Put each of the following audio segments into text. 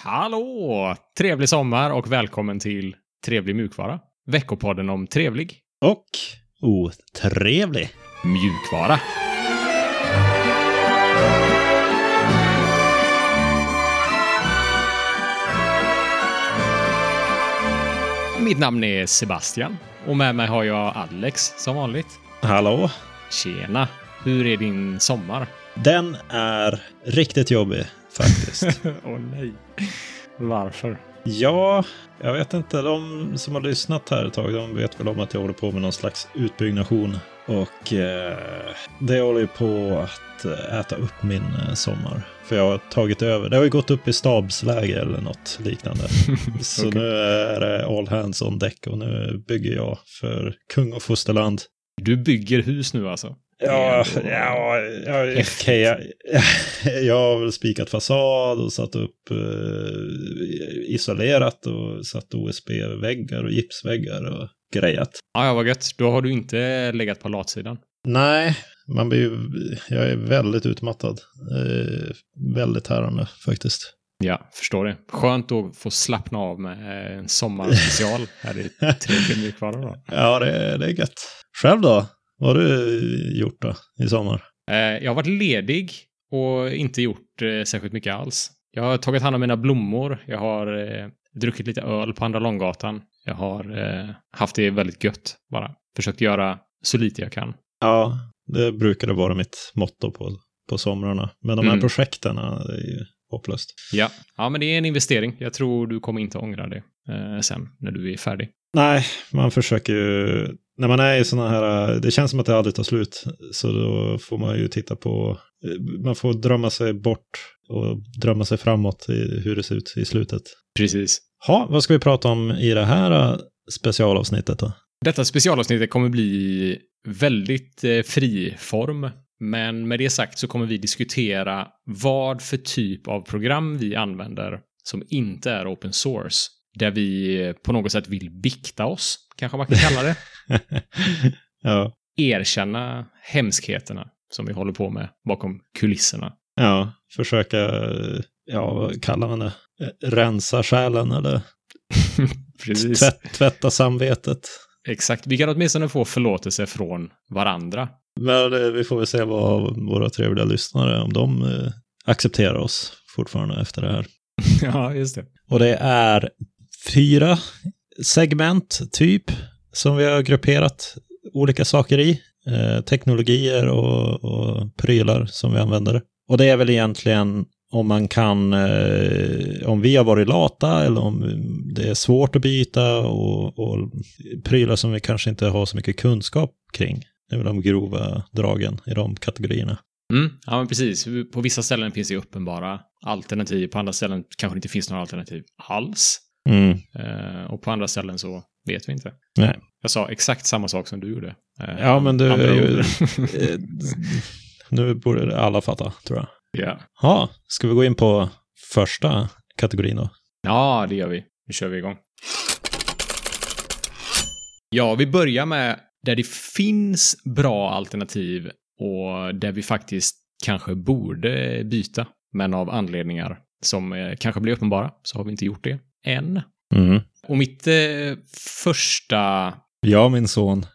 Hallå! Trevlig sommar och välkommen till Trevlig mjukvara. Veckopodden om trevlig och otrevlig mjukvara. Mitt namn är Sebastian och med mig har jag Alex som vanligt. Hallå! Tjena! Hur är din sommar? Den är riktigt jobbig faktiskt. Åh nej. Varför? Ja, jag vet inte. De som har lyssnat här ett tag, de vet väl om att jag håller på med någon slags utbyggnation. Och det håller ju på att äta upp min sommar. För jag har tagit över. Det har ju gått upp i stabsläge eller något liknande. Så okay. Nu är det all hands on deck och nu bygger jag för kung och fosterland. Du bygger hus nu alltså? Ja, jag har väl spikat fasad och satt upp isolerat och satt OSB-väggar och gipsväggar och grejat. Ja, vad gött. Då har du inte legat på latsidan. Nej, jag är väldigt utmattad. Väldigt härande faktiskt. Ja, förstår det. Skönt att få slappna av med en sommarspecial här i Trevlig mjukvara då. Ja, det är gött. Själv då? Vad har du gjort då i sommar? Jag har varit ledig och inte gjort särskilt mycket alls. Jag har tagit hand om mina blommor. Jag har druckit lite öl på Andra Långgatan. Jag har haft det väldigt gött bara. Försökt göra så lite jag kan. Ja, det brukade vara mitt motto på somrarna. Men de här projekten, det är ju hopplöst. Ja, men det är en investering. Jag tror du kommer inte ångra det sen när du är färdig. Nej, man försöker ju... När man är i såna här... Det känns som att det aldrig tar slut. Så då får man ju titta på... Man får drömma sig bort och drömma sig framåt i hur det ser ut i slutet. Precis. Vad ska vi prata om i det här specialavsnittet då? Detta specialavsnittet kommer bli väldigt fri form. Men med det sagt så kommer vi diskutera vad för typ av program vi använder som inte är open source. Där vi på något sätt vill bikta oss, kanske man kan kalla det. Ja. Erkänna hemskheterna som vi håller på med bakom kulisserna. Ja, försöka, vad kallar man det? Rensa själen eller Precis. Tvätta samvetet. Exakt, vi kan åtminstone få förlåtelse från varandra. Men vi får väl se vad våra trevliga lyssnare, om de accepterar oss fortfarande efter det här. Ja, just det. Och det är 4 segment typ som vi har grupperat olika saker i. Teknologier och prylar som vi använder. Och det är väl egentligen om man kan, om vi har varit lata eller om det är svårt att byta och prylar som vi kanske inte har så mycket kunskap kring. Det är väl de grova dragen i de kategorierna. Ja, men precis. På vissa ställen finns det uppenbara alternativ. På andra ställen kanske det inte finns några alternativ alls. Och på andra ställen så vet vi inte. Nej. Jag sa exakt samma sak som du gjorde. Ja, men nu borde alla fatta, tror jag. Ja. Ja, ska vi gå in på första kategorin då? Ja, det gör vi. Nu kör vi igång. Ja, vi börjar med där det finns bra alternativ och där vi faktiskt kanske borde byta. Men av anledningar som kanske blir uppenbara så har vi inte gjort det än. Och mitt första... Ja, min son.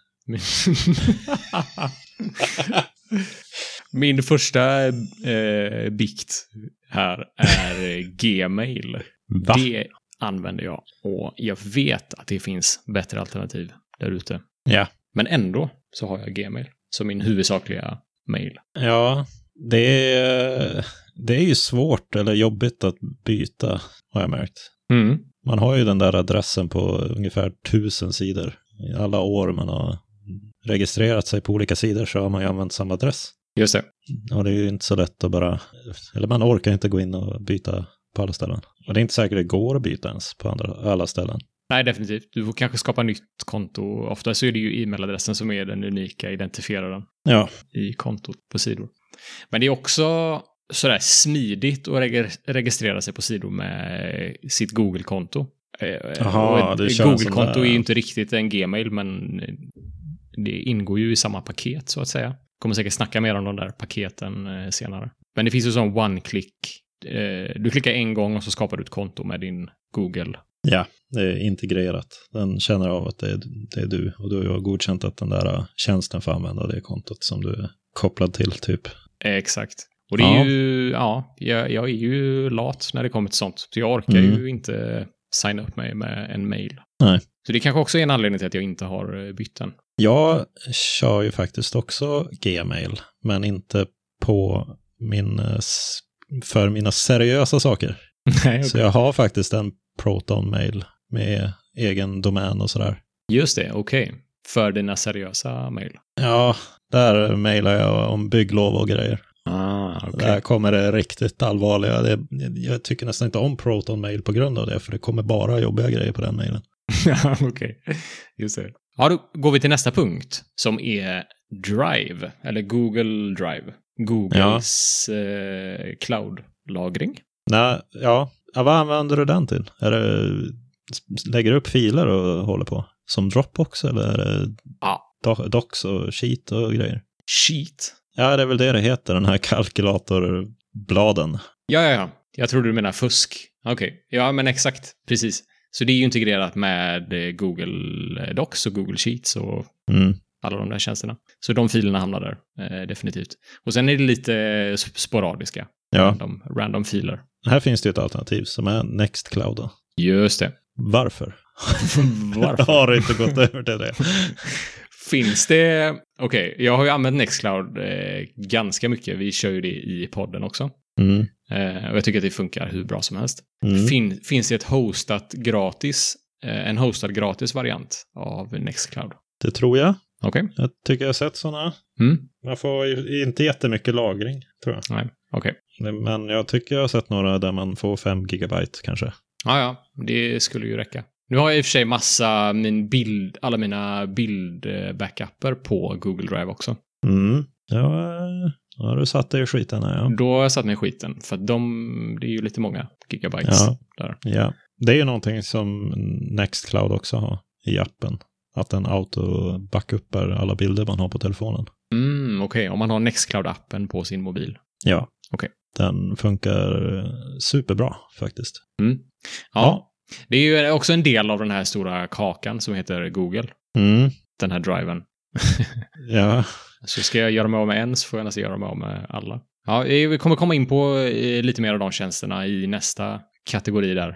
Min första bikt här är Gmail. Va? Det använder jag och jag vet att det finns bättre alternativ där ute. Ja. Men ändå så har jag Gmail som min huvudsakliga mail. Ja, det är ju svårt eller jobbigt att byta, har jag märkt. Man har ju den där adressen på ungefär 1000 sidor. I alla år man har registrerat sig på olika sidor så har man ju använt samma adress. Just det. Och det är ju inte så lätt att bara... Eller man orkar inte gå in och byta på alla ställen. Och det är inte säkert det går att byta ens på alla ställen. Nej, definitivt. Du får kanske skapa nytt konto. Ofta så är det ju e-mailadressen som är den unika identifieraren i kontot på sidor. Men det är också sådär smidigt att registrera sig på sidor med sitt Google-konto. Aha, ett Google-konto är ju inte riktigt en Gmail, men det ingår ju i samma paket så att säga. Kommer säkert snacka mer om de där paketen senare. Men det finns ju sån one-click du klickar en gång och så skapar du ett konto med din Google. Ja, det är integrerat. Den känner av att det är du. Och du har godkänt att den där tjänsten får använda det kontot som du är kopplad till typ. Exakt. Och det är ju, jag är ju lat när det kommer till sånt. Så jag orkar ju inte signa upp mig med en mail. Nej. Så det kanske också är en anledning till att jag inte har bytt den. Jag kör ju faktiskt också Gmail, men inte på för mina seriösa saker. Nej, okay. Så jag har faktiskt en Proton-mail med egen domän och sådär. Just det, okej. För dina seriösa mail. Ja, där mailar jag om bygglov och grejer. Okay. Där kommer det riktigt allvarliga. Jag tycker nästan inte om Proton-mail på grund av det, för det kommer bara jobbiga grejer på den mailen. Ja, okej. Just det. Ja, då går vi till nästa punkt som är Drive, eller Google Drive. Googles cloud-lagring. Nej, vad använder du den till? Lägger du upp filer och håller på? Som Dropbox eller är det Docs och Sheet och grejer? Sheet? Ja, det är väl det heter, den här kalkylatorbladen. Ja. Jag tror du menar fusk. Okej. Ja, men exakt. Precis. Så det är ju integrerat med Google Docs och Google Sheets och alla de där tjänsterna. Så de filerna hamnar där, definitivt. Och sen är det lite sporadiska. Ja. Random filer. Här finns det ju ett alternativ som är Nextcloud då. Just det. Varför? Varför? Har du inte gått över till det? Finns det... Okej, jag har ju använt Nextcloud ganska mycket. Vi kör ju det i podden också. Och jag tycker att det funkar hur bra som helst. Finns det en hostad gratis variant av Nextcloud? Det tror jag. Okej. Jag tycker jag har sett sådana. Man får ju inte jättemycket lagring, tror jag. Nej, okej. Men jag tycker jag har sett några där man får 5 gigabyte kanske. Ja, det skulle ju räcka. Nu har jag i och för sig alla mina bildbackuper på Google Drive också. Ja, har du satt dig i skiten här, ja. Då har jag satt mig i skiten, för att det är ju lite många gigabytes där. Ja, det är ju någonting som Nextcloud också har i appen. Att den auto-backupar alla bilder man har på telefonen. Okej. Om man har Nextcloud-appen på sin mobil. Ja. Okej. Den funkar superbra faktiskt. Ja. Det är ju också en del av den här stora kakan som heter Google. Den här driven. Ja. Så ska jag göra mig av med en, så får jag nästan göra mig av med alla. Ja, vi kommer komma in på lite mer av de tjänsterna i nästa kategori där.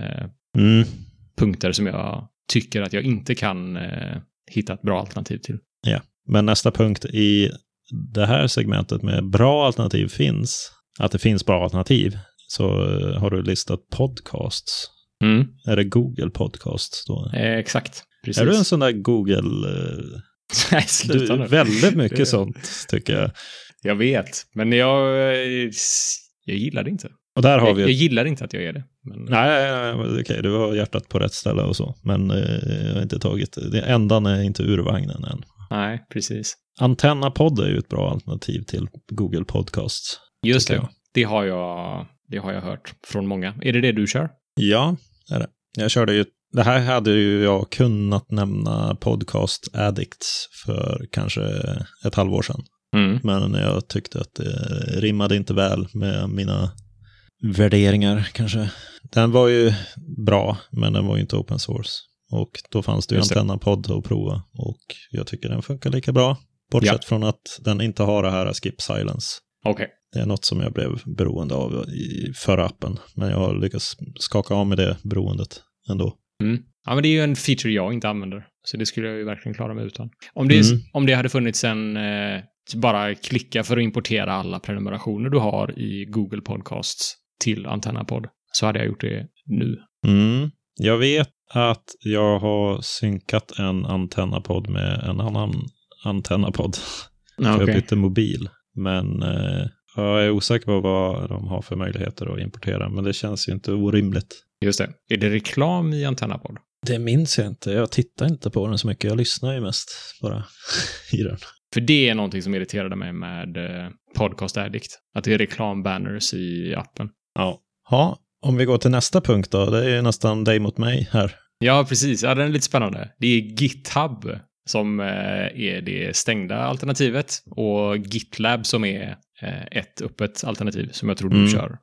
Punkter som jag tycker att jag inte kan hitta ett bra alternativ till. Ja, men nästa punkt i det här segmentet med bra alternativ att det finns bra alternativ, så har du listat podcasts. Är det Google Podcasts då? Exakt, precis. Är du en sån där Google... Nej, sluta nu. Väldigt mycket sånt, tycker jag. Jag vet, men jag gillar det inte. Och där har jag gillar inte att jag är det. Men... Nej, okej, du har hjärtat på rätt ställe och så. Men jag har inte tagit... Det ändan är inte ur vagnen än. Nej, precis. Antenna-podd är ju ett bra alternativ till Google Podcasts. Just det. Det har jag hört från många. Är det du kör? Ja, det är det. Jag körde ju... Det här hade ju jag kunnat nämna Podcast Addicts för kanske ett halvår sedan. Men jag tyckte att det rimmade inte väl med mina värderingar kanske. Den var ju bra, men den var ju inte open source. Och då fanns det ju Antenna-podd att prova. Och jag tycker den funkar lika bra. Bortsett från att den inte har det här skip silence. Okej. Det är något som jag blev beroende av i förra appen. Men jag har lyckats skaka av med det beroendet ändå. Ja, men det är ju en feature jag inte använder. Så det skulle jag ju verkligen klara mig utan. Om det hade funnits bara klicka för att importera alla prenumerationer du har i Google Podcasts till Antenna-podd, så hade jag gjort det nu. Jag vet att jag har synkat en Antenna-podd med en annan Antenna-podd. Jag bytte mobil. Men jag är osäker på vad de har för möjligheter att importera. Men det känns ju inte orimligt. Just det. Är det reklam i Antenna-podd? Det minns jag inte. Jag tittar inte på den så mycket. Jag lyssnar ju mest bara i den. För det är någonting som irriterade mig med Podcast Addict. Att det är reklambanners i appen. Ja, om vi går till nästa punkt då. Det är nästan dig mot mig här. Ja, precis. Ja, den är lite spännande. Det är GitHub som är det stängda alternativet. Och GitLab som är ett öppet alternativ som jag tror du kör.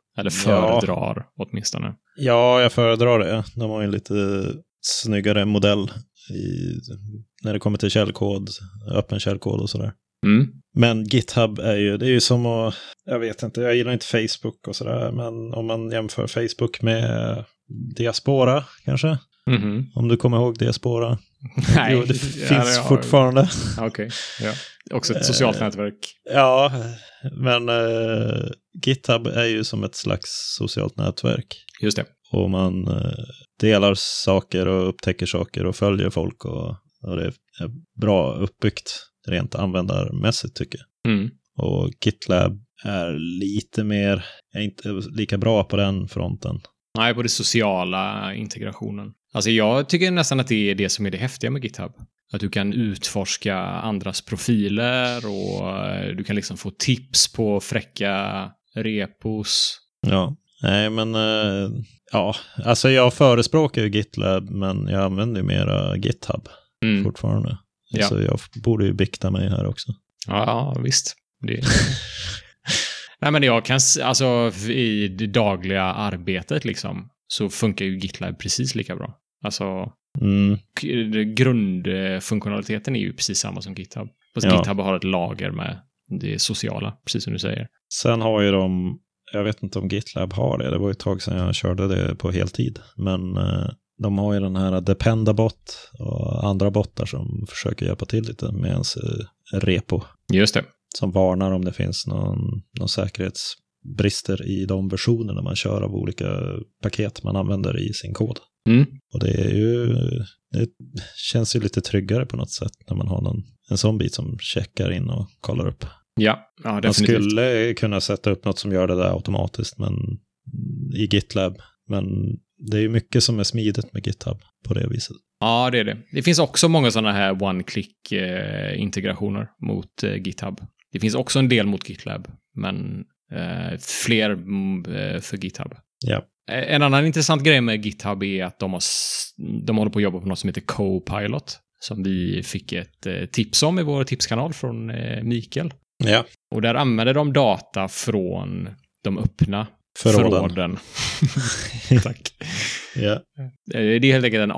Eller föredrar åtminstone. Ja, jag föredrar det. De har ju en lite snyggare modell när det kommer till källkod, öppen källkod och sådär. Men GitHub det är ju som att, jag vet inte, jag gillar inte Facebook och sådär, men om man jämför Facebook med Diaspora kanske, om du kommer ihåg Diaspora. Nej, jo, det finns fortfarande. Okej, ja. Också ett socialt nätverk. Ja, men GitHub är ju som ett slags socialt nätverk. Just det. Och man delar saker och upptäcker saker och följer folk och det är bra uppbyggt rent användarmässigt tycker jag. Och GitLab är lite mer, är inte lika bra på den fronten. Nej, på den sociala integrationen. Alltså jag tycker nästan att det är det som är det häftiga med GitHub. Att du kan utforska andras profiler och du kan liksom få tips på fräcka repos. Ja, nej men ja, alltså jag förespråkar ju GitLab men jag använder ju mera GitHub fortfarande. Ja. Så jag borde ju bikta mig här också. Ja, visst. Nej, men jag kan, alltså i det dagliga arbetet liksom, så funkar ju GitLab precis lika bra. Alltså, grundfunktionaliteten är ju precis samma som GitHub. Fast GitHub har ett lager med det sociala, precis som du säger. Sen har ju jag vet inte om GitLab har det. Det var ju ett tag sedan jag körde det på heltid. Men de har ju den här Dependabot och andra bottar som försöker hjälpa till lite med ens repo. Just det. Som varnar om det finns någon säkerhetsbrister i de versionerna man kör av olika paket man använder i sin kod. Och det känns ju lite tryggare på något sätt när man har en sån bit som checkar in och kollar upp. Ja, definitivt. Man skulle kunna sätta upp något som gör det där automatiskt i GitLab. Men det är ju mycket som är smidigt med GitHub på det viset. Ja, det är det. Det finns också många sådana här one-click-integrationer mot GitHub. Det finns också en del mot GitLab, men fler för GitHub. Ja. En annan intressant grej med GitHub är att de håller på att jobba på något som heter Copilot, som vi fick ett tips om i vår tipskanal från Mikael. Ja. Och där använder de data från de öppna förråden. Tack. Ja. Det är helt enkelt en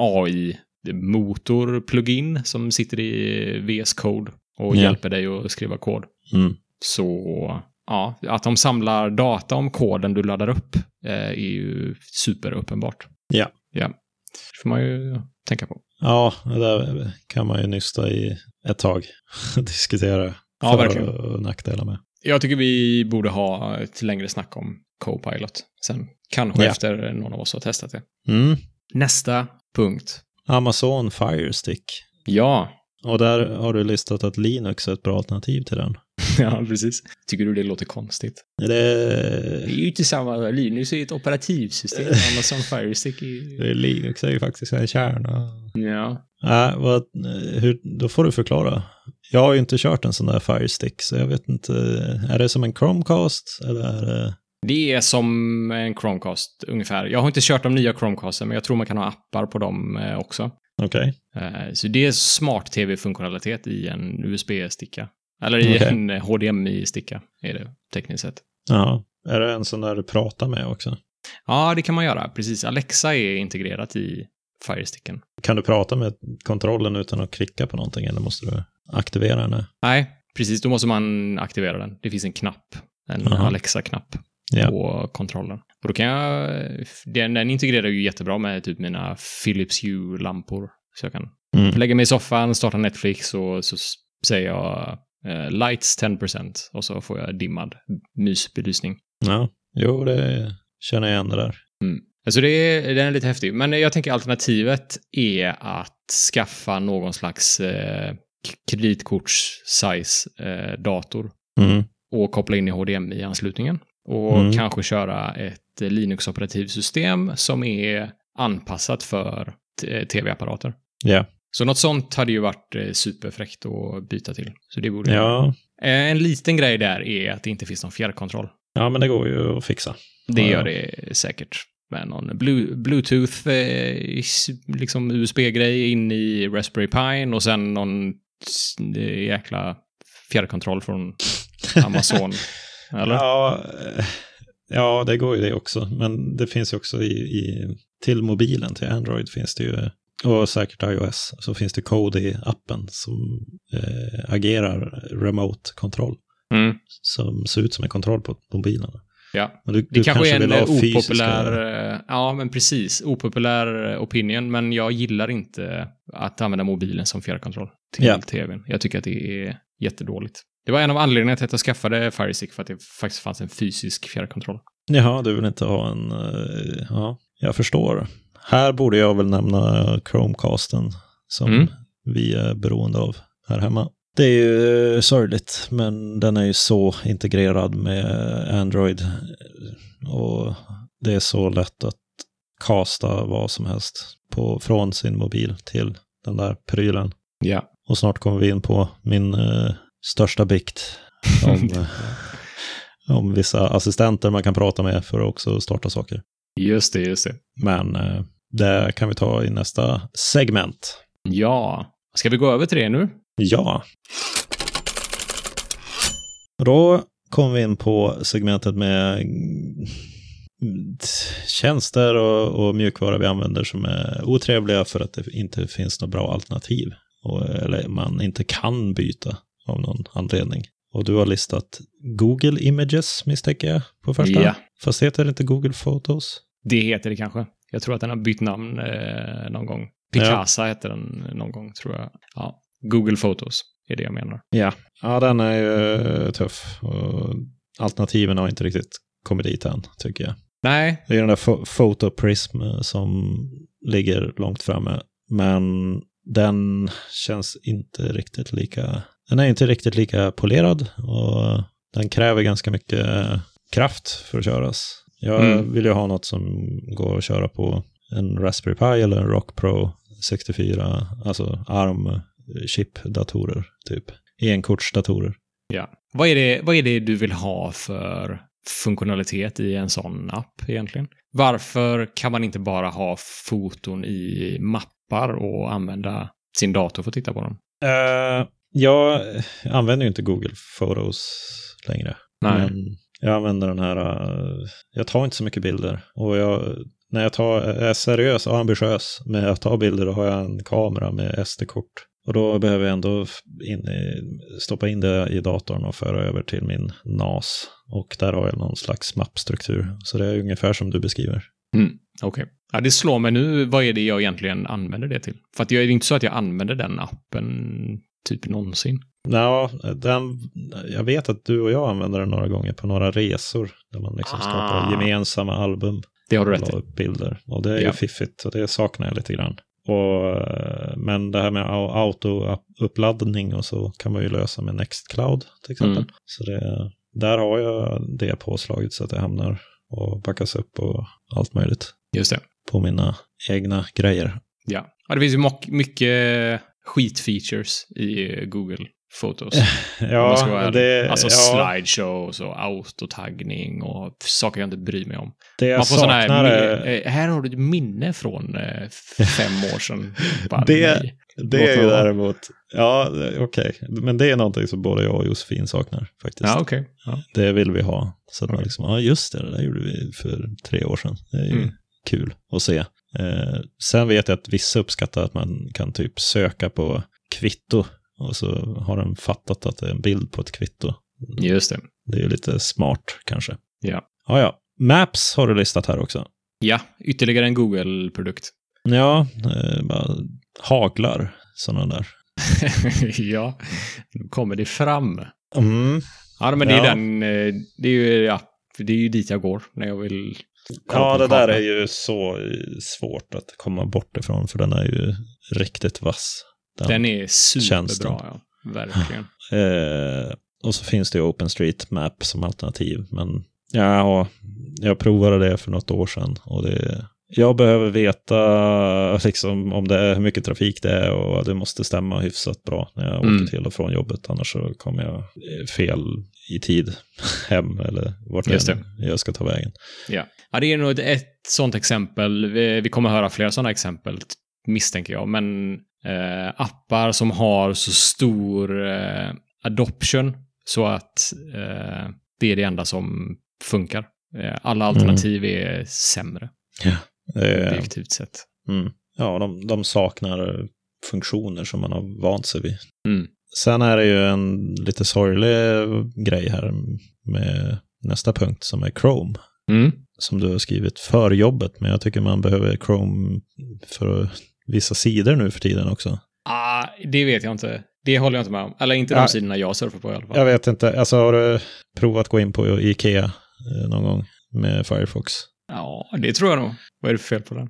AI-motor-plugin som sitter i VS Code och hjälper dig att skriva kod. Så ja, att de samlar data om koden du laddar upp är ju superuppenbart. Ja. Det får man ju tänka på. Ja, det där kan man ju nysta i ett tag och diskutera för- och nackdelar med. Jag tycker vi borde ha ett längre snack om Copilot sen. Kanske efter någon av oss har testat det. Nästa punkt. Amazon Fire Stick. Ja. Och där har du listat att Linux är ett bra alternativ till den. Ja, precis. Tycker du det låter konstigt? Det är ju inte samma. Linux är ett operativsystem. Amazon Fire Stick är... Linux är ju faktiskt en kärna. Ja. Då får du förklara. Jag har ju inte kört en sån där Fire Stick, så jag vet inte. Är det som en Chromecast? Eller är det... Det är som en Chromecast ungefär. Jag har inte kört de nya Chromecasten, men jag tror man kan ha appar på dem också. Okej. Så det är smart-tv-funktionalitet i en USB-sticka. Eller i en HDMI-sticka är det tekniskt sett. Ja, är det en sån där du pratar med också? Ja, det kan man göra. Precis. Alexa är integrerat i Fire-sticken. Kan du prata med kontrollen utan att klicka på någonting, eller måste du aktivera den? Nej, precis. Då måste man aktivera den. Det finns en knapp. En Alexa-knapp på kontrollen. Och då kan den integrerar ju jättebra med typ mina Philips Hue-lampor. Så jag kan lägga mig i soffan, starta Netflix och så säger jag lights 10% och så får jag dimmad mysbelysning. Ja, jo, det känner jag igen det där. Alltså den är lite häftig. Men jag tänker alternativet är att skaffa någon slags kreditkorts-size dator och koppla in i HDMI-anslutningen. Och kanske köra ett Linux-operativsystem som är anpassat för tv-apparater. Ja. Så något sånt hade ju varit superfräckt att byta till. Så det borde En liten grej där är att det inte finns någon fjärrkontroll. Ja, men det går ju att fixa. Det gör det säkert. Med någon Bluetooth liksom USB-grej in i Raspberry Pi och sen någon jäkla fjärrkontroll från Amazon. Eller? Ja, Ja, det går ju det också. Men det finns ju också till mobilen, till Android finns det ju, och säkert iOS, så finns det Kodi-appen som agerar remote-kontroll. Som ser ut som en kontroll på mobilen. Ja, du det kanske är en opopulär, ja men precis, opopulär opinion, men jag gillar inte att använda mobilen som fjärrkontroll till tvn. Jag tycker att det är jättedåligt. Det var en av anledningarna till att jag skaffade Fire Stick, för att det faktiskt fanns en fysisk fjärrkontroll. Jaha, du vill inte ha en, ja, jag förstår. Här borde jag väl nämna Chromecasten som vi är beroende av här hemma. Det är ju sorgligt, men den är ju så integrerad med Android och det är så lätt att kasta vad som helst från sin mobil till den där prylen. Ja. Och snart kommer vi in på min största bikt om vissa assistenter man kan prata med för att också starta saker. Just det. Men det kan vi ta i nästa segment. Ja. Ska vi gå över till det nu? Ja. Då kommer vi in på segmentet med tjänster och mjukvara vi använder som är otrevliga för att det inte finns något bra alternativ. Eller man inte kan byta av någon anledning. Och du har listat Google Images, misstänker jag, på första. Ja. Fast heter det inte Google Photos? Det heter det kanske. Jag tror att den har bytt namn någon gång. Picasa heter den någon gång, tror jag. Ja, Google Photos är det jag menar. Ja, den är ju tuff. Och alternativen har inte riktigt kommit dit än, tycker jag. Nej. Det är den där Photoprism som ligger långt framme. Men den känns inte riktigt lika... Den är inte riktigt lika polerad och den kräver ganska mycket kraft för att köras. Jag vill ju ha något som går att köra på en Raspberry Pi eller en Rock Pro 64, alltså ARM-chip-datorer, typ. Enkortsdatorer. Ja. Vad är det du vill ha för funktionalitet i en sån app egentligen? Varför kan man inte bara ha foton i mappar och använda sin dator för att titta på dem? Jag använder ju inte Google Photos längre. Nej. Men jag använder den här... Jag tar inte så mycket bilder. Och när jag är seriös och ambitiös med att ta bilder, då har jag en kamera med SD-kort. Och då behöver jag ändå stoppa in det i datorn och föra över till min NAS. Och där har jag någon slags mappstruktur. Så det är ungefär som du beskriver. Okej. Ja, det slår mig nu. Vad är det jag egentligen använder det till? För att det är inte så att jag använder den appen typ någonsin. Ja, jag vet att du och jag använder den några gånger på några resor där man liksom skapar gemensamma album. Det har du rätt i. Bilder. Och det är ju fiffigt och det saknar jag lite grann. Men det här med auto-uppladdning och så kan man ju lösa med Nextcloud till exempel. Så där har jag det påslaget så att det hamnar och backas upp och allt möjligt. Just det. På mina egna grejer. Ja, det finns ju mycket skitfeatures i Google Photos. Alltså slideshows och autotaggning och saker jag inte bryr mig om. Det jag man får saknar här har du ett minne från 5 år sedan. Det är ju däremot... Ja, okej. Men det är någonting som både jag och Josefin saknar faktiskt. Ja, okej. Ja. Det vill vi ha. Så att man liksom, just det där gjorde vi för 3 år sedan. Det är ju kul att se. Sen vet jag att vissa uppskattar att man kan typ söka på kvitto och så har den fattat att det är en bild på ett kvitto. Just det. Det är ju lite smart kanske. Ja. Ja. Maps har du listat här också. Ja, ytterligare en Google-produkt. Ja, bara haglar sådana där. Ja, nu kommer det fram. Ja, men det är ju dit jag går när jag vill kolla på det där är ju så svårt att komma bort ifrån för den är ju riktigt vass. Den är superbra, ja. Verkligen. Och så finns det ju OpenStreetMap som alternativ, men jag provade det för något år sedan och jag behöver veta liksom om det är hur mycket trafik det är och det måste stämma hyfsat bra när jag åker till och från jobbet. Annars så kommer jag fel i tid hem eller vart jag ska ta vägen. Ja, det är nog ett sånt exempel. Vi kommer höra flera sådana exempel, misstänker jag. Men appar som har så stor adoption så att det är det enda som funkar. Alla alternativ är sämre. Ja. Objektivt sett. Ja, de saknar funktioner som man har vant sig vid. Mm. Sen är det ju en lite sorglig grej här med nästa punkt som är Chrome. Som du har skrivit för jobbet, men jag tycker man behöver Chrome för vissa sidor nu för tiden också. Det vet jag inte. Det håller jag inte med om. Eller inte de sidorna jag surfar på i alla fall. Jag vet inte. Alltså, har du provat gå in på IKEA någon gång med Firefox? Ja, det tror jag nog. Vad är det för fel på den?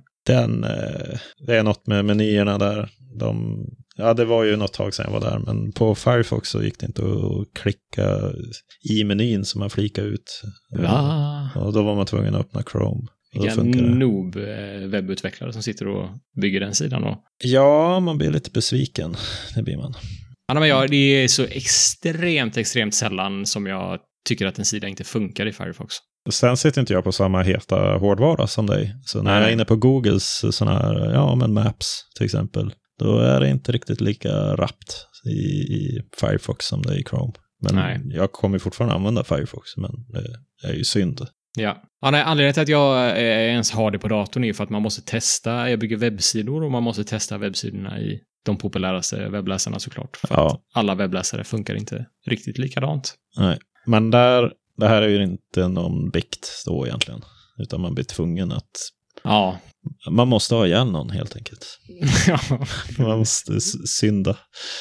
Det är något med menyerna där. Det var ju något tag sedan jag var där, men på Firefox så gick det inte att klicka i menyn som man flikade ut. Och då var man tvungen att öppna Chrome. Vilken noob webbutvecklare som sitter och bygger den sidan då. Ja, man blir lite besviken. Det blir man. Det är så extremt sällan som jag tycker att en sida inte funkar i Firefox. Sen sitter inte jag på samma heta hårdvara som dig. Så när jag är inne på Googles sådana här, Maps till exempel, då är det inte riktigt lika rappt i Firefox som det är i Chrome. Men jag kommer fortfarande använda Firefox, men det är ju synd. Ja. Anledningen till att jag ens har det på datorn är för att man måste testa. Jag bygger webbsidor och man måste testa webbsidorna i de populäraste webbläsarna såklart. För att alla webbläsare funkar inte riktigt likadant. Nej, men det här är ju inte någon bikt då egentligen. Utan man blir tvungen att... Ja. Man måste ha ihjäl någon helt enkelt. Man måste synda.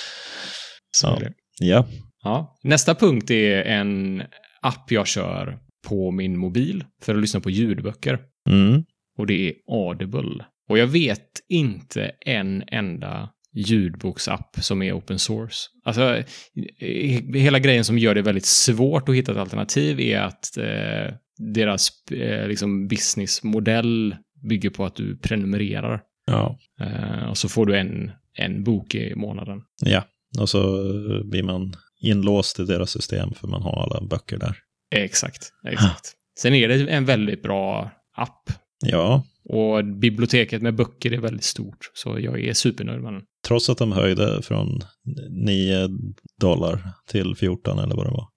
Så är det. Ja. Nästa punkt är en app jag kör på min mobil för att lyssna på ljudböcker. Och det är Audible. Och jag vet inte en enda ljudboksapp som är open source. Alltså, hela grejen som gör det väldigt svårt att hitta ett alternativ är att deras liksom businessmodell bygger på att du prenumererar. Ja. Och så får du en bok i månaden. Ja, och så blir man inlåst i deras system för man har alla böcker där. Exakt. Sen är det en väldigt bra app. Ja. Och biblioteket med böcker är väldigt stort. Så jag är supernöjd med den. Trots att de höjde från $9 till 14 eller vad det var.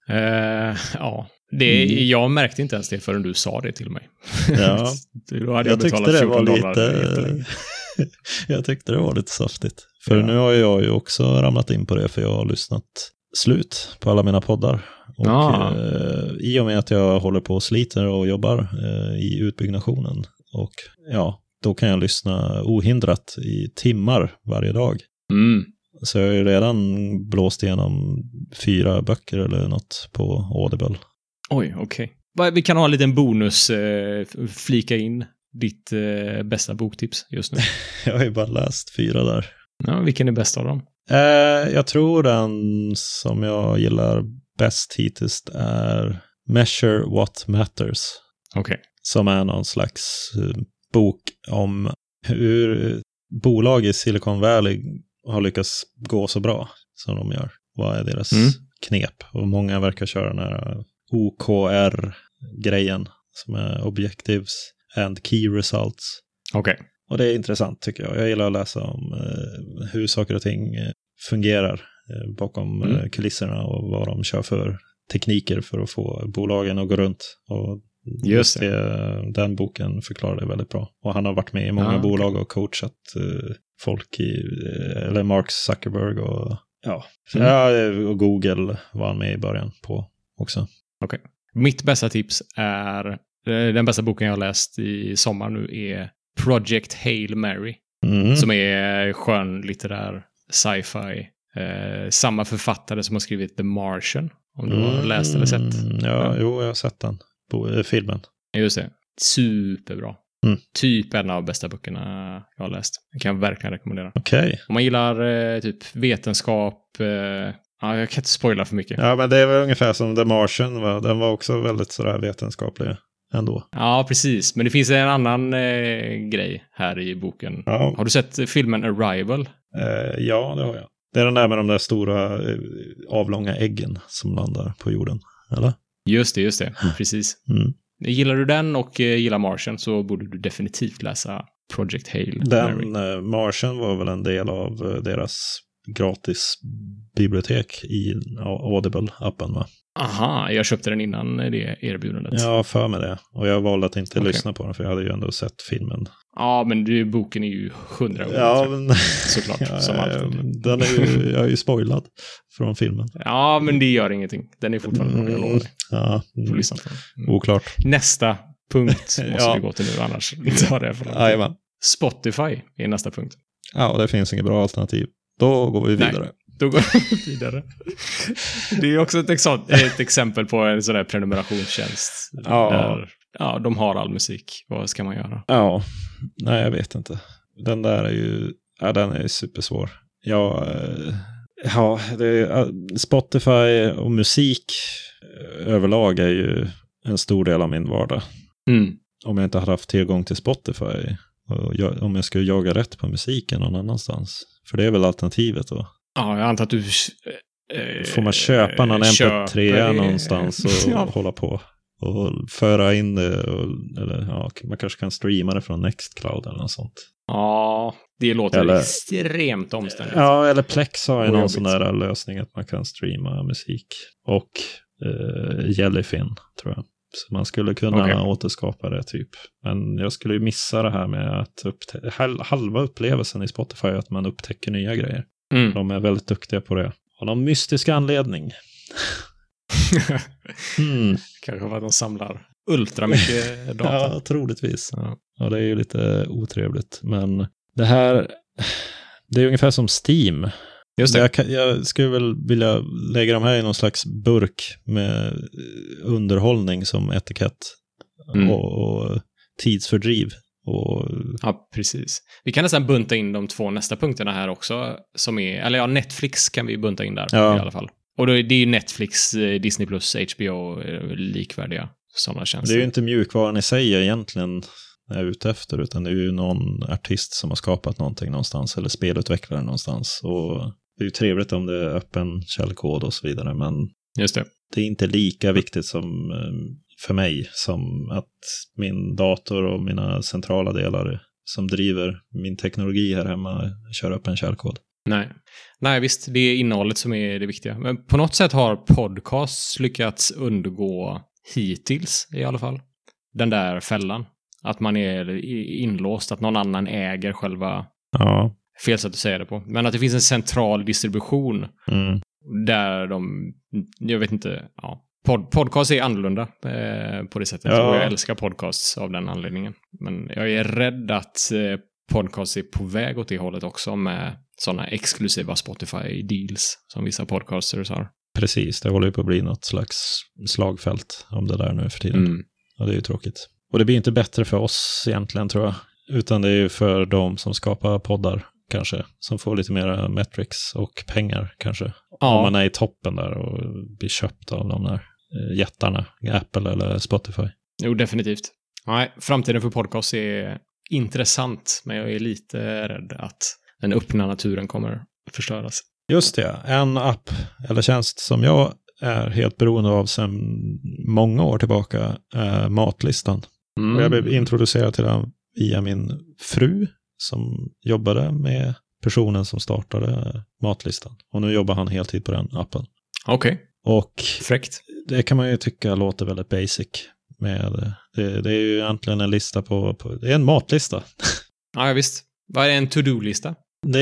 Ja. Jag märkte inte ens det förrän du sa det till mig. Ja. Då hade jag betalat $14. Jag tyckte det var lite saftigt. För nu har jag ju också ramlat in på det, för jag har lyssnat slut på alla mina poddar. Och i och med att jag håller på och sliter och jobbar i utbyggnationen. Och då kan jag lyssna ohindrat i timmar varje dag. Så jag har ju redan blåst igenom 4 böcker eller något på Audible. Oj, okej. Vi kan ha en liten bonus, flika in ditt bästa boktips just nu. Jag har ju bara läst 4 där. Ja, vilken är bäst av dem? Jag tror den som jag gillar bäst hittills är Measure What Matters. Okej. Som är någon slags bok om hur bolag i Silicon Valley har lyckats gå så bra som de gör. Vad är deras knep? Och många verkar köra den här OKR-grejen som är Objectives and Key Results. Okej. Och det är intressant tycker jag. Jag gillar att läsa om hur saker och ting fungerar bakom kulisserna och vad de kör för tekniker för att få bolagen att gå runt. Och just det, den boken förklarar det väldigt bra. Och han har varit med i många bolag och coachat folk eller Mark Zuckerberg och och Google var han med i början på också. Okej. Mitt bästa tips är den bästa boken jag har läst i sommar nu är Project Hail Mary. Som är skönlitterär sci-fi. Samma författare som har skrivit The Martian. Om du har läst eller sett. Jo, jag har sett den på filmen. Just det. Superbra. Typ en av bästa böckerna jag har läst. Det kan jag verkligen rekommendera. Okej. Om man gillar typ vetenskap. Jag kan inte spoila för mycket. Ja, men det är väl ungefär som The Martian. Va? Den var också väldigt sådär vetenskaplig ändå. Ja, precis. Men det finns en annan grej här i boken. Ja. Har du sett filmen Arrival? Ja, det har jag. Det är den där med de där stora avlånga äggen som landar på jorden, eller? Just det. Precis. Gillar du den och gillar Martian så borde du definitivt läsa Project Hail. Den Mary. Martian var väl en del av deras gratis bibliotek i Audible-appen, va? Aha, jag köpte den innan det erbjudandet. Ja, för mig det. Och jag valde att inte lyssna på den, för jag hade ju ändå sett filmen. Ja, men boken är ju 100 år. Ja, men... såklart. Ja, som alltid. Den är ju, jag är ju spoilad från filmen. Ja, men det gör ingenting. Den är fortfarande jag lovar dig. Ja. Får lyssna på den. Oklart. Nästa punkt måste vi gå till nu, annars tar det för långt. Spotify är nästa punkt. Ja, och det finns inget bra alternativ. Då går vi vidare. Nej. Då går vi vidare. Det är också ett exempel på en sån där prenumerationstjänst. Där, de har all musik. Vad ska man göra? Ja, nej jag vet inte. Den där är ju, den är supersvår. Spotify och musik överlag är ju en stor del av min vardag. Om jag inte hade haft tillgång till Spotify, och om jag skulle jaga rätt på musiken någon annanstans. För det är väl alternativet då. Ja, jag antar att du... får man köpa någon MP3 någonstans och hålla på och föra in det. Man kanske kan streama det från Nextcloud eller något sånt. Ja, det låter extremt omständigt. Ja, eller Plex har ju någon sån där lösning att man kan streama musik. Och Jellyfin, tror jag. Så man skulle kunna återskapa det typ. Men jag skulle ju missa det här med att halva upplevelsen i Spotify är att man upptäcker nya grejer. De är väldigt duktiga på det. Av någon mystisk anledning. Kanske för att de samlar ultra mycket data. Ja, troligtvis. Ja, det är ju lite otrevligt. Men det här, det är ungefär som Steam. Just det. Jag skulle väl vilja lägga de här i någon slags burk med underhållning som etikett. Och tidsfördriv. Ja, precis. Vi kan nästan bunta in de 2 nästa punkterna här också. Som är, eller ja, Netflix kan vi bunta in där i alla fall. Och det är ju Netflix, Disney+, HBO, likvärdiga sådana tjänster. Det är ju inte mjukvaran i sig egentligen jag är ute efter, utan det är ju någon artist som har skapat någonting någonstans, eller spelutvecklare någonstans. Och det är ju trevligt om det är öppen källkod och så vidare, men just det. Det är inte lika viktigt som för mig som att min dator och mina centrala delar som driver min teknologi här hemma kör upp en källkod. Nej, visst, det är innehållet som är det viktiga. Men på något sätt har podcasts lyckats undgå hittills i alla fall den där fällan. Att man är inlåst, att någon annan äger själva fel sätt att säga det på. Men att det finns en central distribution där jag vet inte, podcast är annorlunda på det sättet. Och jag älskar podcasts av den anledningen. Men jag är rädd att podcasts är på väg åt det hållet också med sådana exklusiva Spotify-deals som vissa podcasters har. Precis, det håller ju på att bli något slags slagfält om det där nu för tiden. Och det är ju tråkigt. Och det blir inte bättre för oss egentligen, tror jag. Utan det är ju för de som skapar poddar kanske, som får lite mer metrics och pengar kanske. Om man är i toppen där och blir köpt av de där jättarna, Apple eller Spotify. Jo, definitivt. Nej, framtiden för podcast är intressant, men jag är lite rädd att den öppna naturen kommer förstöras. Just det, en app eller tjänst som jag är helt beroende av sedan många år tillbaka är Matlistan. Och jag blev introducerad till den via min fru som jobbade med personen som startade Matlistan. Och nu jobbar han heltid på den appen. Okej. Och fräckt. Det kan man ju tycka låter väldigt basic. Med det är ju egentligen en lista på det är en matlista. Ja, visst. Vad är en to-do-lista?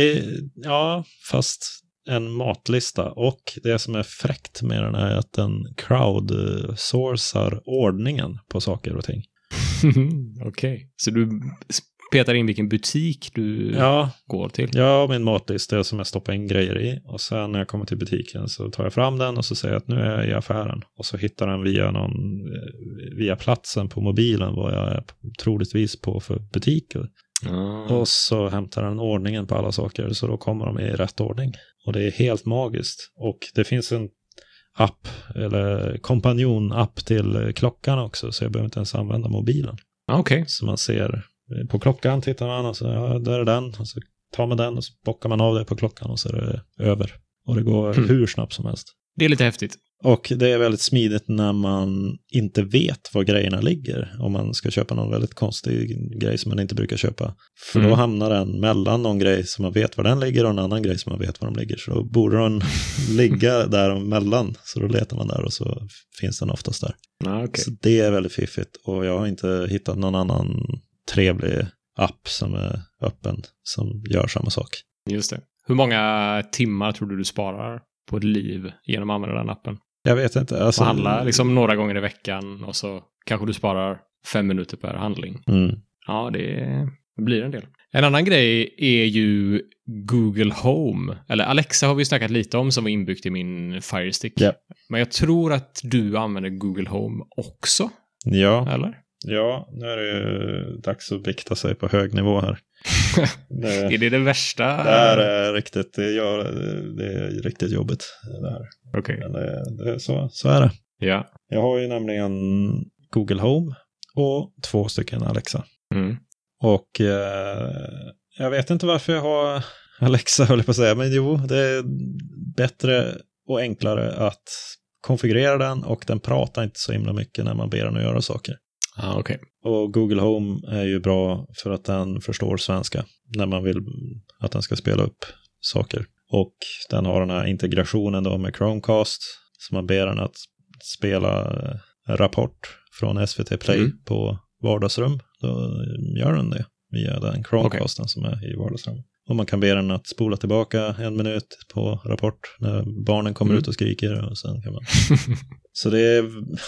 Fast en matlista. Och det som är fräckt med den är att den crowdsourcar ordningen på saker och ting. Okej. Så du petar in vilken butik du går till? Ja, min matlista är som jag stoppar in grejer i. Och sen när jag kommer till butiken så tar jag fram den och så säger jag att nu är jag i affären. Och så hittar den via platsen på mobilen vad jag är troligtvis på för butiker. Och så hämtar den ordningen på alla saker, så då kommer de i rätt ordning. Och det är helt magiskt. Och det finns en app eller kompanjonapp till klockan också, så jag behöver inte ens använda mobilen. Okej. Så man ser på klockan, tittar man och så där är den, och så tar man den och så bockar man av det på klockan och så är det över. Och det går hur snabbt som helst. Det är lite häftigt. Och det är väldigt smidigt när man inte vet var grejerna ligger. Om man ska köpa någon väldigt konstig grej som man inte brukar köpa. För då hamnar den mellan någon grej som man vet var den ligger och en annan grej som man vet var de ligger. Så då borde den ligga där mellan. Så då letar man där och så finns den oftast där. Okay. Så det är väldigt fiffigt. Och jag har inte hittat någon annan trevlig app som är öppen som gör samma sak. Just det. Hur många timmar tror du sparar på ett liv genom att använda den appen? Jag vet inte. Alltså, man handlar liksom några gånger i veckan och så kanske du sparar 5 minuter per handling. Ja, det blir en del. En annan grej är ju Google Home. Eller Alexa har vi snackat lite om som var inbyggt i min Fire Stick. Yep. Men jag tror att du använder Google Home också. Ja. Eller? Ja, nu är det ju dags att vikta sig på hög nivå här. Är det värsta? Det här är riktigt, det är riktigt jobbigt. Okej. Men så är det. Ja. Jag har ju nämligen Google Home och 2 stycken Alexa. Och jag vet inte varför jag har Alexa, höll jag på att säga. Men jo, det är bättre och enklare att konfigurera den och den pratar inte så himla mycket när man ber den att göra saker. Okay. Och Google Home är ju bra för att den förstår svenska när man vill att den ska spela upp saker. Och den har den här integrationen då med Chromecast, så man ber den att spela en rapport från SVT Play på vardagsrum. Då gör den det via den Chromecasten som är i vardagsrum. Och man kan be den att spola tillbaka 1 minut på rapport när barnen kommer ut och skriker. Och sen kan man... Så det är...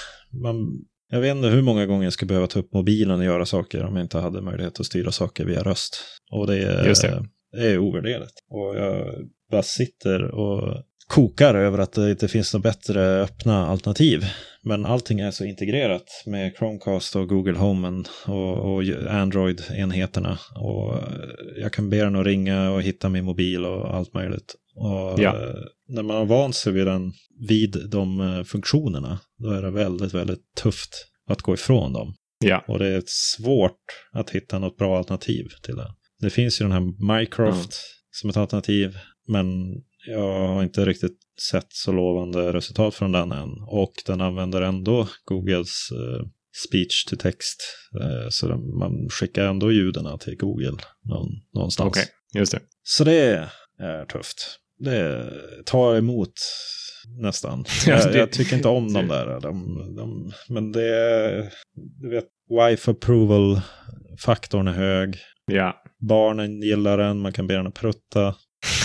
Jag vet inte hur många gånger jag skulle behöva ta upp mobilen och göra saker om jag inte hade möjlighet att styra saker via röst. Och det är ovärderligt. Och jag bara sitter och kokar över att det inte finns något bättre öppna alternativ. Men allting är så integrerat med Chromecast och Google Home och Android-enheterna. Och jag kan be den att ringa och hitta min mobil och allt möjligt. Och när man har vant sig vid de funktionerna, då är det väldigt, väldigt tufft att gå ifrån dem. Ja. Och det är svårt att hitta något bra alternativ till det. Det finns ju den här Mycroft som ett alternativ, men jag har inte riktigt sett så lovande resultat från den än. Och den använder ändå Googles speech to text. Så man skickar ändå ljuden till Google någonstans. Okej, just det. Så det är tufft. Det tar emot nästan. Jag tycker inte om dem där. Men det är, du vet, wife approval-faktorn är hög. Ja. Barnen gillar den, man kan be den att prutta.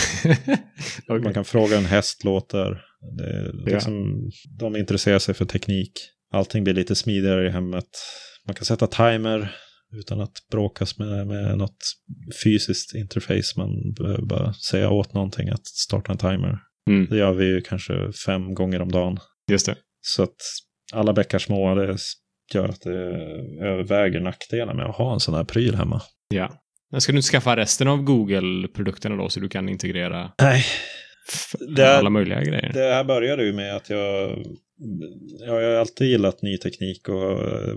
Okay. Man kan fråga en häst låter. Liksom, de intresserar sig för teknik. Allting blir lite smidigare i hemmet. Man kan sätta timer utan att bråkas med något fysiskt interface. Man behöver bara säga åt någonting att starta en timer. Det gör vi ju kanske 5 gånger om dagen. Just det. Så att alla bäckar små, det gör att det överväger nackdelar med att ha en sån här pryl hemma. Ja. Men ska du inte skaffa resten av Google-produkterna då så du kan integrera alla möjliga grejer? Det här började ju med att jag har alltid gillat ny teknik och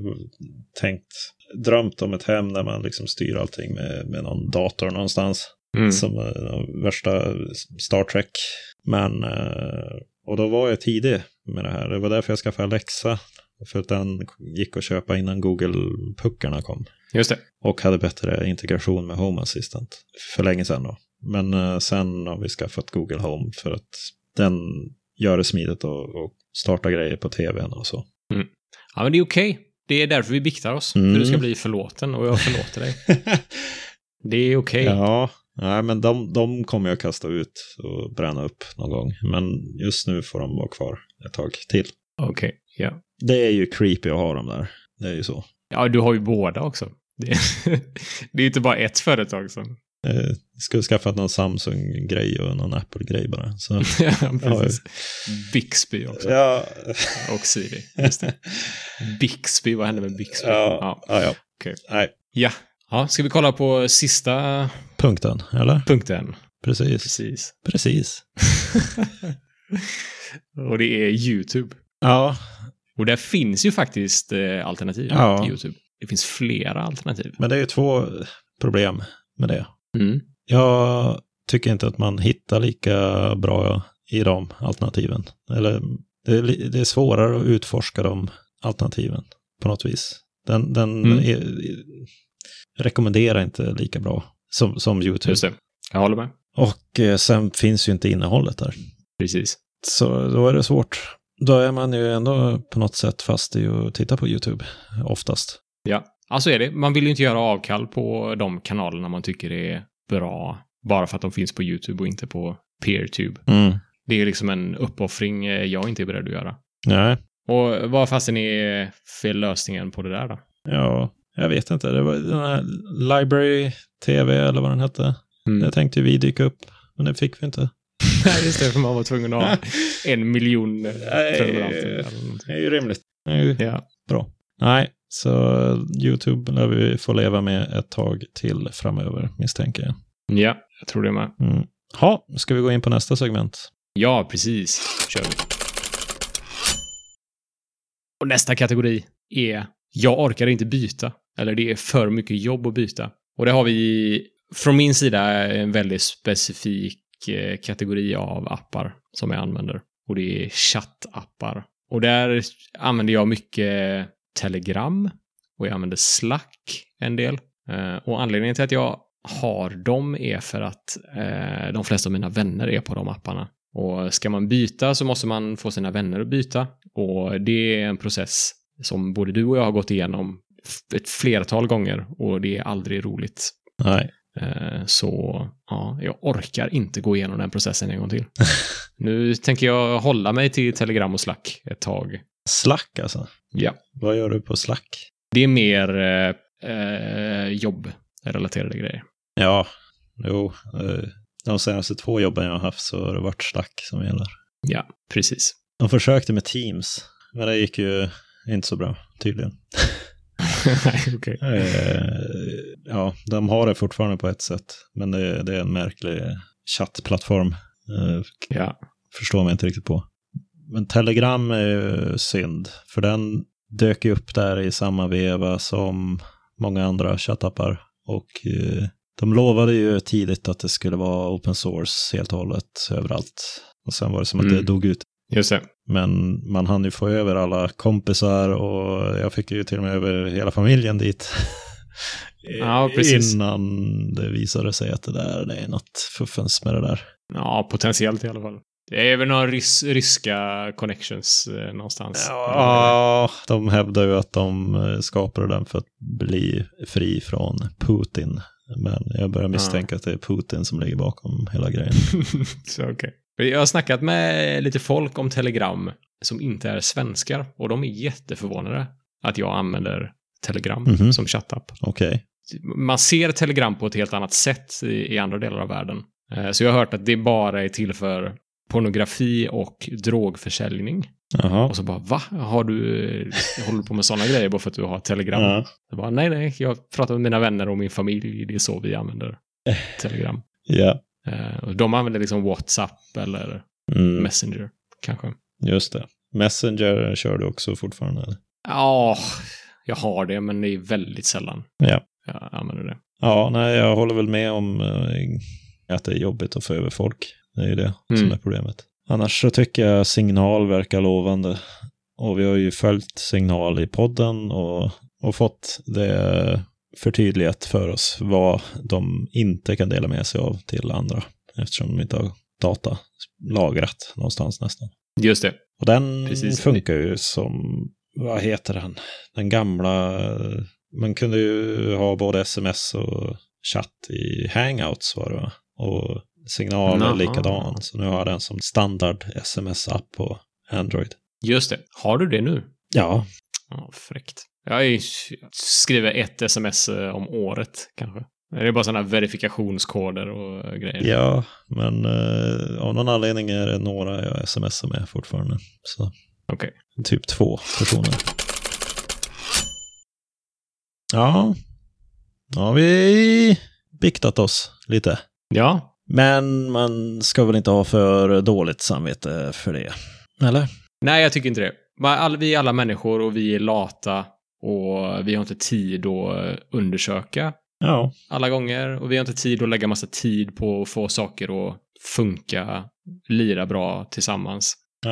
drömt om ett hem där man liksom styr allting med någon dator någonstans. Som värsta Star Trek. Men och då var jag tidig med det här. Det var därför jag skaffade Alexa. För att den gick att köpa innan Google-puckarna kom. Just det. Och hade bättre integration med Home Assistant. För länge sedan då. Men sen har vi skaffat Google Home för att den gör det smidigt och starta grejer på tvn och så. Ja, men det är okej. Det är därför vi biktar oss. För du ska bli förlåten och jag förlåter dig. Det är okej. Ja, nej, men de kommer jag kasta ut och bränna upp någon gång. Men just nu får de vara kvar ett tag till. Okej, ja. Det är ju creepy att ha dem där. Det är ju så. Ja, du har ju båda också. Det är inte bara ett företag som... Skulle skaffat någon Samsung-grej och någon Apple-grej bara. Så, ja, precis. Bixby också. Ja. Och Siri, just det. Bixby, vad hände med Bixby? Ja. Okay. Nej. Ja, ska vi kolla på sista... punkten, eller? Punkten. Precis. Och det är YouTube. Ja. Och där finns ju faktiskt alternativ till YouTube. Det finns flera alternativ. Men det är ju 2 problem med det. Jag tycker inte att man hittar lika bra i de alternativen. Eller Det är svårare att utforska de alternativen på något vis. Den rekommenderar inte lika bra som YouTube. Just det, jag håller med. Och sen finns ju inte innehållet där. Precis. Så då är det svårt. Då är man ju ändå på något sätt fast i att titta på YouTube oftast. Ja, alltså är det. Man vill ju inte göra avkall på de kanalerna man tycker är bra bara för att de finns på YouTube och inte på PeerTube. Det är liksom en uppoffring jag inte är beredd att göra. Nej. Och vad fasen är fel lösningen på det där då? Ja, jag vet inte. Det var den här Library TV eller vad den hette. Det tänkte vi dyka upp, men det fick vi inte. Nej, just det, för man var tvungen att ha 1 miljon prenumeranter. Det är ju rimligt. Det är ju bra. Nej, så YouTube lär vi få leva med ett tag till framöver, misstänker jag. Ja, jag tror det med. Ja, ska vi gå in på nästa segment? Ja, precis. Kör vi. Och nästa kategori är jag orkar inte byta. Eller det är för mycket jobb att byta. Och det har vi från min sida en väldigt specifik kategori av appar som jag använder. Och det är chattappar. Och där använder jag mycket Telegram. Och jag använder Slack en del. Och anledningen till att jag har dem är för att de flesta av mina vänner är på de apparna. Och ska man byta så måste man få sina vänner att byta. Och det är en process som både du och jag har gått igenom ett flertal gånger. Och det är aldrig roligt. Nej. Så ja, jag orkar inte gå igenom den processen en gång till. Nu tänker jag hålla mig till Telegram och Slack ett tag. Slack alltså? Ja. Vad gör du på Slack? Det är mer jobbrelaterade grejer. Ja, jo. De senaste 2 jobben jag har haft så har det varit Slack som gäller. Ja, precis. De försökte med Teams, men det gick ju inte så bra, tydligen. Nej, okej. Ja, de har det fortfarande på ett sätt, men det är en märklig chattplattform. Ja. Förstår mig inte riktigt på. Men Telegram är ju synd, för den dök ju upp där i samma veva som många andra chattappar. Och de lovade ju tidigt att det skulle vara open source helt och hållet överallt. Och sen var det som att det dog ut. Just det. Men man hann ju få över alla kompisar och jag fick ju till och med över hela familjen dit. Ja, precis. Innan det visade sig att det är något fuffens med det där. Ja, potentiellt i alla fall. Det är väl några ryska connections någonstans. Ja, de hävdar ju att de skapade den för att bli fri från Putin. Men jag börjar misstänka att det är Putin som ligger bakom hela grejen. Så okej. Jag har snackat med lite folk om Telegram som inte är svenskar. Och de är jätteförvånade att jag använder Telegram som chattapp. Okej. Man ser Telegram på ett helt annat sätt i andra delar av världen. Så jag har hört att det bara är till för pornografi och drogförsäljning. Jaha. Och så bara, va? Håller du på med sådana grejer bara för att du har Telegram? Ja. Så bara, nej, jag pratar med mina vänner och min familj. Det är så vi använder Telegram. Ja. De använder liksom WhatsApp eller Messenger, kanske. Just det. Messenger kör du också fortfarande? Ja, jag har det, men det är väldigt sällan jag använder det. Ja, nej, jag håller väl med om att det är jobbigt att få över folk. Det är ju det som är problemet. Annars så tycker jag Signal verkar lovande. Och vi har ju följt Signal i podden och fått det förtydligat för oss vad de inte kan dela med sig av till andra. Eftersom de inte har data lagrat någonstans nästan. Just det. Och den funkar ju som, vad heter den? Den gamla, man kunde ju ha både sms och chatt i Hangouts var det va? Och Signal är likadan. Så nu har jag den som standard sms-app på Android. Just det. Har du det nu? Ja. Ja, fräckt. Jag skriver 1 sms om året kanske. Det är bara sådana verifikationskoder och grejer. Ja, men av någon anledning är det några jag smsar med fortfarande. Så okej. Typ 2 personer. Ja. Har vi biktat oss lite. Ja. Men man ska väl inte ha för dåligt samvete för det. Eller? Nej, jag tycker inte det. Vi är alla människor och vi är lata och vi har inte tid att undersöka alla gånger. Och vi har inte tid att lägga massa tid på att få saker att funka, lira bra tillsammans. Nej.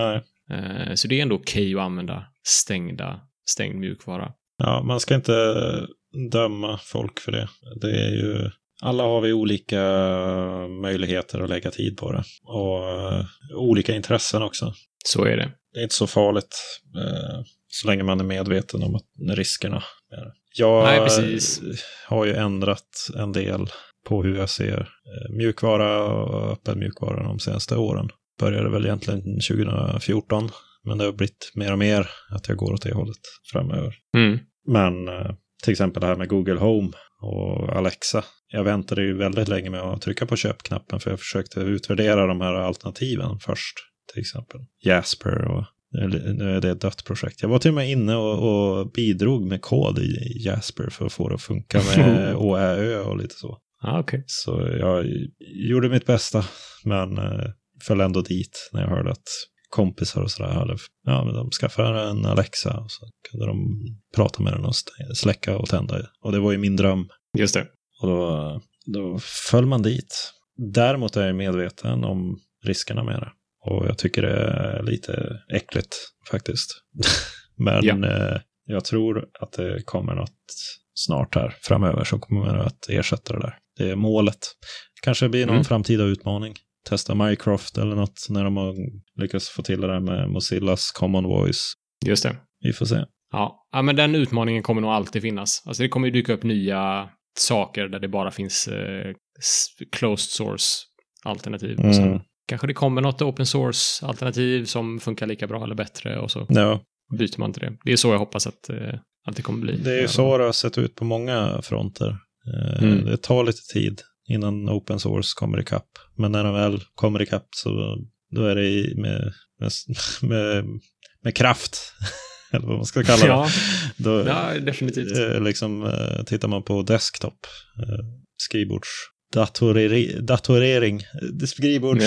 Så det är ändå okej att använda stängd mjukvara. Ja, man ska inte döma folk för det. Det är ju, alla har vi olika möjligheter att lägga tid på det. Och olika intressen också. Så är det. Det är inte så farligt så länge man är medveten om riskerna. Jag har ju ändrat en del på hur jag ser mjukvara och öppen mjukvara de senaste åren. Började väl egentligen 2014, men det har blivit mer och mer att jag går åt det hållet framöver. Men till exempel det här med Google Home och Alexa. Jag väntade ju väldigt länge med att trycka på köpknappen, för jag försökte utvärdera de här alternativen först. Till exempel Jasper, och nu är det ett dött projekt. Jag var till och med inne och bidrog med kod i Jasper för att få det att funka med ÅÄÖ och lite så. Okay. Så jag gjorde mitt bästa, men föll ändå dit när jag hörde att kompisar och sådär hade, men de skaffade en Alexa och så kunde de prata med den och släcka och tända. Och det var ju min dröm. Just det. Och då föll man dit. Däremot är jag medveten om riskerna med det. Och jag tycker det är lite äckligt faktiskt. Men jag tror att det kommer något snart här framöver, så kommer det att ersätta det där. Det är målet. Kanske blir någon framtida utmaning. Testa Minecraft eller något när de har lyckats få till det där med Mozillas Common Voice. Just det. Vi får se. Ja, men den utmaningen kommer nog alltid finnas. Alltså det kommer ju dyka upp nya saker där det bara finns closed source alternativ. Och sen kanske det kommer något open source alternativ som funkar lika bra eller bättre, och så byter man till det. Det är så jag hoppas att det kommer bli. Det är ju så det har sett ut på många fronter. Det tar lite tid innan open source kommer ikapp. Men när de väl kommer ikapp så då är det med kraft. Eller vad man ska kalla det. Ja, definitivt. Liksom, tittar man på desktop, skrivbords datorering, skrivbords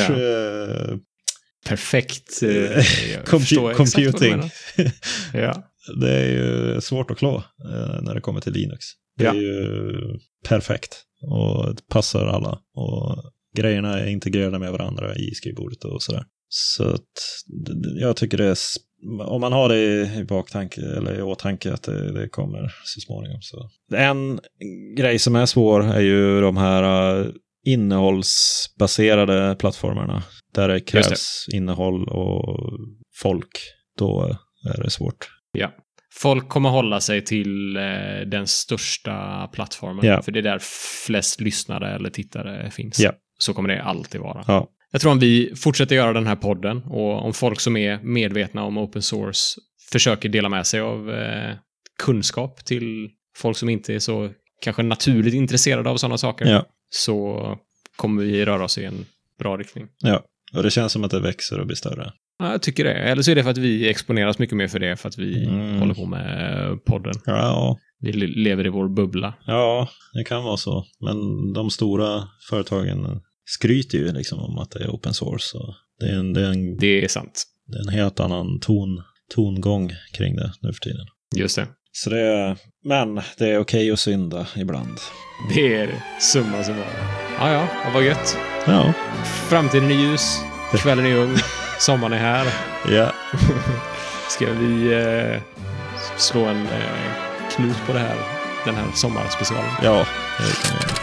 perfekt computing. Det är ju svårt att klå när det kommer till Linux. Det är ju perfekt och det passar alla, och grejerna är integrerade med varandra i skrivbordet och sådär. Så att, jag tycker det är, om man har det i baktanke eller i åtanke att det kommer så småningom. Så. En grej som är svår är ju de här innehållsbaserade plattformarna där det krävs innehåll och folk. Då är det svårt. Ja. Folk kommer hålla sig till den största plattformen. För det är där flest lyssnare eller tittare finns. Så kommer det alltid vara. Jag tror om vi fortsätter göra den här podden, och om folk som är medvetna om open source försöker dela med sig av kunskap till folk som inte är så kanske naturligt intresserade av sådana saker, så kommer vi röra oss i en bra riktning. Ja, och det känns som att det växer och blir större. Ja, jag tycker det. Eller så är det för att vi exponeras mycket mer för det, för att vi håller på med podden. Ja. Vi lever i vår bubbla. Ja, det kan vara så. Men de stora företagen skryter ju liksom om att det är open source. Och det är sant. Det är en helt annan tongång kring det nu för tiden. Just det. Så men det är okej att synda ibland. Det är det. Summa. Ja, vad gött. Ja. Framtiden är ljus. Kvällen är ung. Sommaren är här. Ja. Ska vi slå en knut på den här sommarspecialen? Ja, det kan vi göra.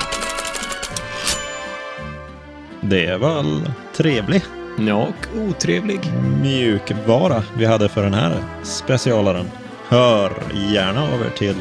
Det är väl trevlig. Ja, och otrevlig mjukvara vi hade för den här specialaren. Hör gärna över till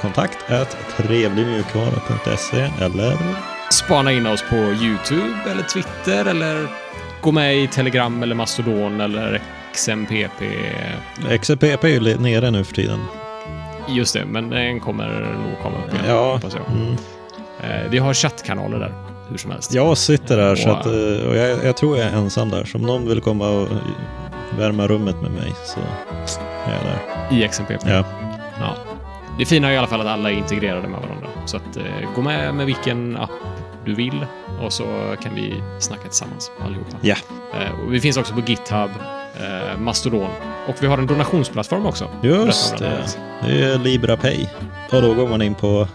kontakt@trevligmjukvara.se eller spana in oss på YouTube eller Twitter, eller gå med i Telegram eller Mastodon eller XMPP. XMPP är ju nere nu för tiden. Just det, men den kommer nog komma upp igen. Ja. Hoppas jag. Vi har chattkanaler där, hur som helst. Jag sitter där så att, och jag tror jag är ensam där. Så om någon vill komma och värma rummet med mig så är jag där. I XMPP? Ja. Det fina är i alla fall att alla är integrerade med varandra. Så att gå med vilken app du vill, och så kan vi snacka tillsammans allihopa. Ja. Och vi finns också på GitHub, Mastodon, och vi har en donationsplattform också. Just det. Det är LibraPay. Och då går man in på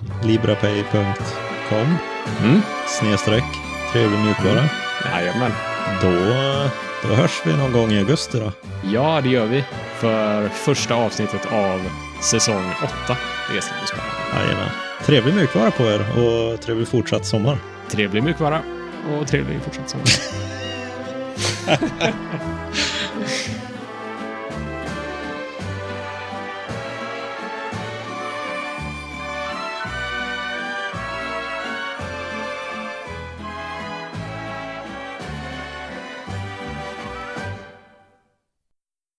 librapay.com /trevlig mjukvara. Jajamän. Då Då hörs vi någon gång i augusti då. Ja, det gör vi. För första avsnittet av säsong 8. Det ska bli spännande. Jajamän. Trevlig mjukvara på er och trevlig fortsatt sommar. Trevlig mjukvara och trevlig fortsatt sommar.